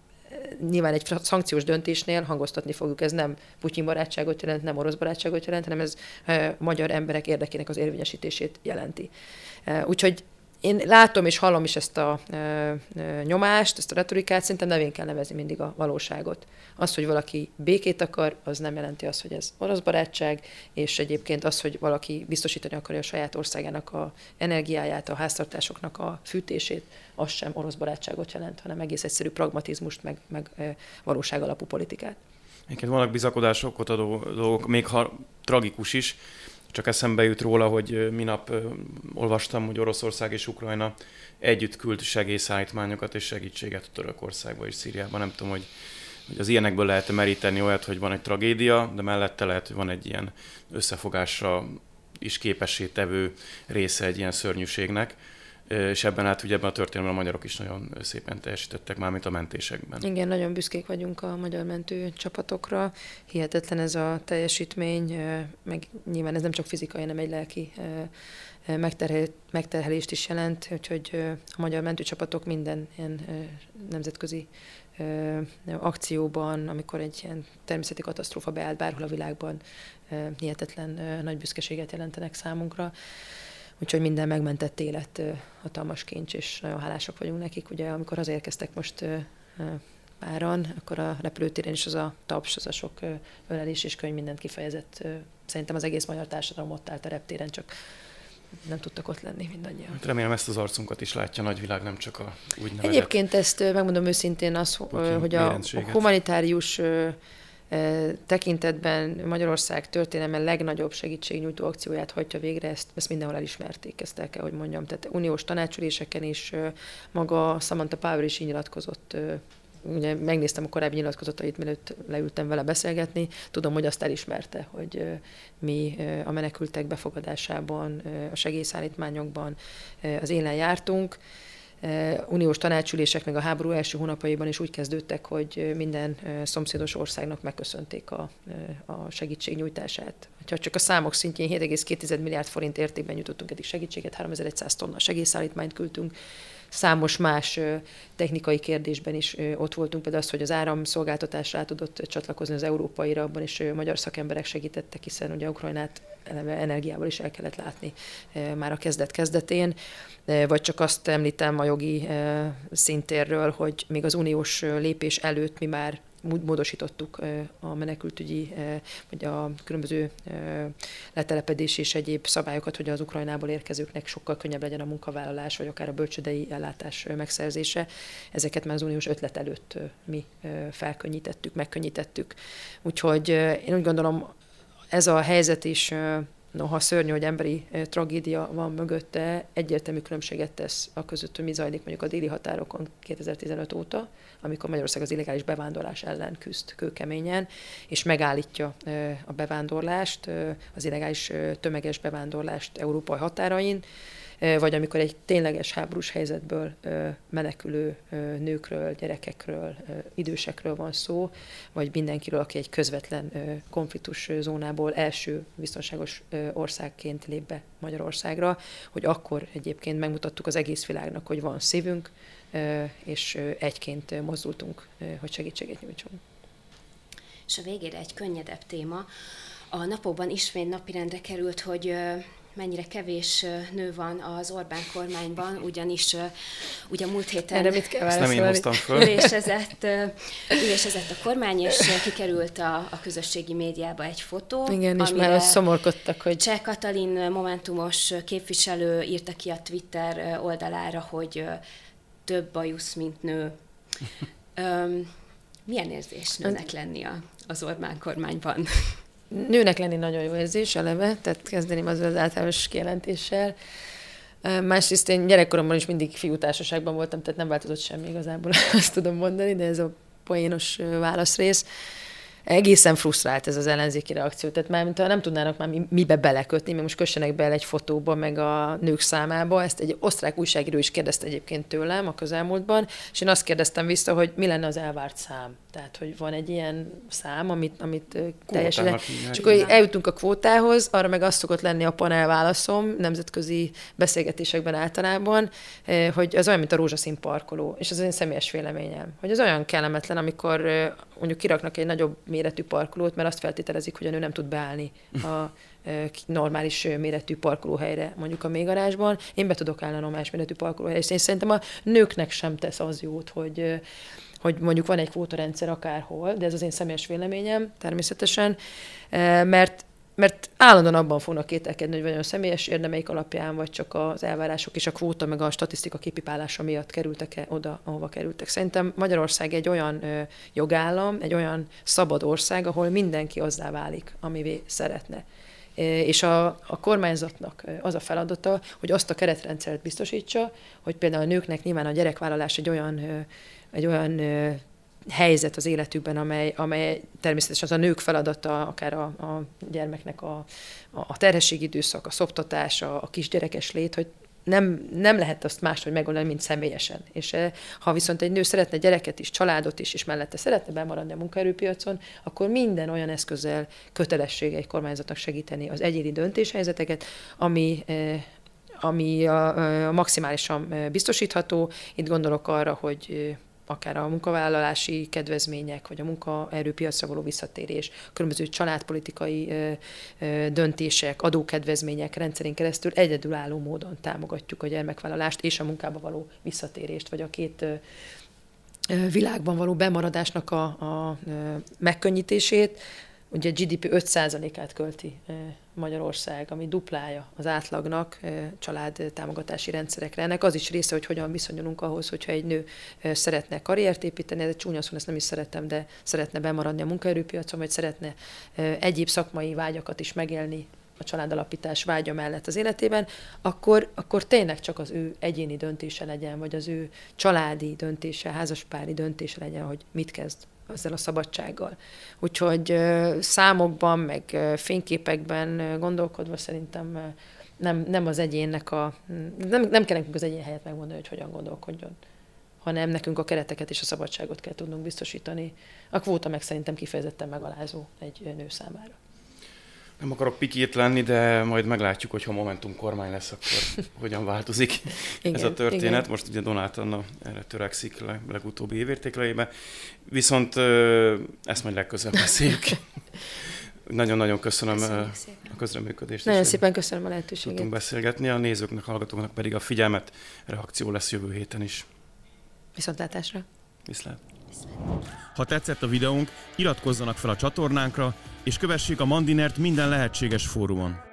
nyilván egy szankciós döntésnél hangoztatni fogjuk. Ez nem Putyin barátságot jelent, nem orosz barátságot jelent, hanem ez magyar emberek érdekének az érvényesítését jelenti. Úgyhogy én látom és hallom is ezt a e, e, nyomást, ezt a retorikát, szerintem nevén kell nevezni mindig a valóságot. Az, hogy valaki békét akar, az nem jelenti azt, hogy ez orosz barátság, és egyébként az, hogy valaki biztosítani akarja a saját országának a energiáját, a háztartásoknak a fűtését, az sem orosz barátságot jelent, hanem egész egyszerű pragmatizmust, meg, meg e, valóság alapú politikát. Egyébként vannak bizakodásokot adó dolgok, még ha tragikus is. Csak eszembe jut róla, hogy minap olvastam, hogy Oroszország és Ukrajna együtt küld segélyszállítmányokat és segítséget Törökországba és Szíriába. Nem tudom, hogy, hogy az ilyenekből lehet meríteni olyat, hogy van egy tragédia, de mellette lehet, hogy van egy ilyen összefogásra is képessé tevő része egy ilyen szörnyűségnek. És ebben hát ugye ebben a történelemben a magyarok is nagyon szépen teljesítettek már, mint a mentésekben. Igen, nagyon büszkék vagyunk a magyar mentő csapatokra. Hihetetlen ez a teljesítmény, meg nyilván ez nem csak fizikai, hanem egy lelki megterhelést is jelent, úgyhogy a magyar mentőcsapatok minden ilyen nemzetközi akcióban, amikor egy ilyen természeti katasztrófa beállt bárhol a világban, hihetetlen nagy büszkeséget jelentenek számunkra. Úgyhogy minden megmentett élet hatalmas kincs, és nagyon hálásak vagyunk nekik. Ugye, amikor hazaérkeztek most páran, akkor a repülőtéren is az a taps, az a sok ölelés és könyv mindent kifejezett. Szerintem az egész magyar társadalom ott állt a reptéren, csak nem tudtak ott lenni mindannyian. Hát remélem ezt az arcunkat is látja a nagyvilág, nem csak a úgynevezett... Egyébként ezt megmondom őszintén, az, hogy a humanitárius tekintetben Magyarország történelme legnagyobb segítségnyújtó akcióját hagyja végre, ezt, ezt mindenhol elismerték, ezt el kell, hogy mondjam. Tehát uniós tanácsüléseken is maga Samantha Power is így nyilatkozott. Ugye megnéztem a korábbi nyilatkozatait, mielőtt leültem vele beszélgetni. Tudom, hogy azt elismerte, hogy mi a menekültek befogadásában, a segélyszállítmányokban az élen jártunk. uniós tanácsülések meg a háború első hónapjaiban is úgy kezdődtek, hogy minden szomszédos országnak megköszönték a, a segítségnyújtását. Ha csak a számok szintjén hét egész két milliárd forint értékben nyújtottunk eddig segítséget, háromezer-száz tonna segélyszállítmányt küldtünk, számos más technikai kérdésben is ott voltunk, például az, hogy az áramszolgáltatásra tudott csatlakozni az európaira, abban is magyar szakemberek segítettek, hiszen ugye Ukrajnát eleve energiával is el kellett látni már a kezdet-kezdetén, vagy csak azt említem a jogi szintérről, hogy még az uniós lépés előtt mi már módosítottuk a menekültügyi, vagy a különböző letelepedés és egyéb szabályokat, hogy az Ukrajnából érkezőknek sokkal könnyebb legyen a munkavállalás, vagy akár a bölcsődei ellátás megszerzése. Ezeket már az uniós ötlet előtt mi felkönnyítettük, megkönnyítettük. Úgyhogy én úgy gondolom, ez a helyzet is, noha szörnyű, hogy emberi tragédia van mögötte, egyértelmű különbséget tesz a között, hogy mi zajlik mondjuk a déli határokon kétezer-tizenöt óta, amikor Magyarország az illegális bevándorlás ellen küzd kőkeményen, és megállítja a bevándorlást, az illegális tömeges bevándorlást európai határain, vagy amikor egy tényleges háborús helyzetből menekülő nőkről, gyerekekről, idősekről van szó, vagy mindenkiről, aki egy közvetlen konfliktus zónából első biztonságos országként lép be Magyarországra, hogy akkor egyébként megmutattuk az egész világnak, hogy van szívünk, és egyként mozdultunk, hogy segítséget nyújtsunk. És a végére egy könnyedebb téma. A napokban ismét napirendre került, hogy mennyire kevés nő van az Orbán kormányban, ugyanis ugye múlt héten Erre mit kell válaszolni? ülésezett, ülésezett a kormány, és kikerült a, a közösségi médiába egy fotó. Igen, és már szomorkodtak, hogy... Cseh Katalin momentumos képviselő írta ki a Twitter oldalára, hogy több bajusz, mint nő. Öm, milyen érzés nőnek lenni a, az Orbán kormányban? Nőnek lenni nagyon jó érzés eleve, tehát kezdeném az az általános kijelentéssel. Másrészt én gyerekkoromban is mindig fiútársaságban voltam, tehát nem változott semmi igazából, azt tudom mondani, de ez a poénos válaszrész. Egészen frusztrált ez az ellenzéki reakció, tehát már mintha nem tudnának már mibe belekötni, mert most kössenek bele egy fotóba, meg a nők számába. Ezt egy osztrák újságíró is kérdezte egyébként tőlem a közelmúltban, és én azt kérdeztem vissza, hogy mi lenne az elvárt szám. Tehát, hogy van egy ilyen szám, amit, amit teljesen... És akkor eljutunk a kvótához, arra meg azt szokott lenni a panel válaszom, nemzetközi beszélgetésekben általában, hogy az olyan, mint a rózsaszín parkoló, és az én személyes véleményem, hogy az olyan kellemetlen, amikor mondjuk kiraknak egy nagyobb méretű parkolót, mert azt feltételezik, hogy a nő nem tud beállni a normális méretű parkolóhelyre, mondjuk a mélygarázsban. Én be tudok állni a normális méretű parkolóhelyre, és én szerintem a nőknek sem tesz az jót, hogy hogy mondjuk van egy kvótarendszer akárhol, de ez az én személyes véleményem természetesen, mert, mert állandóan abban fognak kételkedni, hogy vajon a személyes érdemeik alapján, vagy csak az elvárások és a kvóta, meg a statisztika kipipálása miatt kerültek-e oda, ahova kerültek. Szerintem Magyarország egy olyan jogállam, egy olyan szabad ország, ahol mindenki azzá válik, amivé szeretne. És a, a kormányzatnak az a feladata, hogy azt a keretrendszert biztosítsa, hogy például a nőknek nyilván a gyerekvállalás egy olyan egy olyan ö, helyzet az életükben, amely, amely természetesen az a nők feladata, akár a, a gyermeknek a, a terhességi időszak, a szoptatás, a, a kisgyerekes lét, hogy nem, nem lehet azt máshogy megoldani, mint személyesen. És ha viszont egy nő szeretne gyereket is, családot is, és mellette szeretne bemaradni a munkaerőpiacon, akkor minden olyan eszközzel kötelessége egy kormányzatnak segíteni az egyéni döntéshelyzeteket, ami ami a, a maximálisan biztosítható. Itt gondolok arra, hogy akár a munkavállalási kedvezmények, vagy a munkaerőpiacra való visszatérés, különböző családpolitikai ö, ö, döntések, adókedvezmények rendszerén keresztül egyedülálló módon támogatjuk a gyermekvállalást és a munkába való visszatérést, vagy a két ö, világban való bemaradásnak a, a megkönnyítését. Ugye a gé dé pé öt százalékát költi Magyarország, ami duplája az átlagnak család támogatási rendszerekre. Ennek az is része, hogy hogyan viszonyulunk ahhoz, hogyha egy nő szeretne karriert építeni, ez egy csúnya szó, ezt nem is szeretem, de szeretne bemaradni a munkaerőpiacon, vagy szeretne egyéb szakmai vágyakat is megélni a családalapítás vágya mellett az életében, akkor, akkor tényleg csak az ő egyéni döntése legyen, vagy az ő családi döntése, házaspári döntése legyen, hogy mit kezd ezzel a szabadsággal. Úgyhogy számokban, meg fényképekben gondolkodva szerintem nem, nem az egyénnek a... Nem, nem kell nekünk az egyén helyet megmondani, hogy hogyan gondolkodjon, hanem nekünk a kereteket és a szabadságot kell tudnunk biztosítani. A kvóta meg szerintem kifejezetten megalázó egy nő számára. Nem akarok pikét lenni, de majd meglátjuk, hogy ha Momentum kormány lesz, akkor hogyan változik igen, ez a történet. Igen. Most ugye Donát Anna erre törekszik le, legutóbbi évértékelőjében. Viszont ezt majd legközelebb beszéljük. Nagyon-nagyon köszönöm Köszönjük a szépen. közreműködést. Nagyon szépen köszönöm a lehetőséget. Tudtunk beszélgetni, a nézőknek, hallgatóknak pedig a figyelmet, reakció lesz jövő héten is. Viszontlátásra. Viszlát. Ha tetszett a videónk, iratkozzanak fel a csatornánkra, és kövessék a Mandinert minden lehetséges fórumon.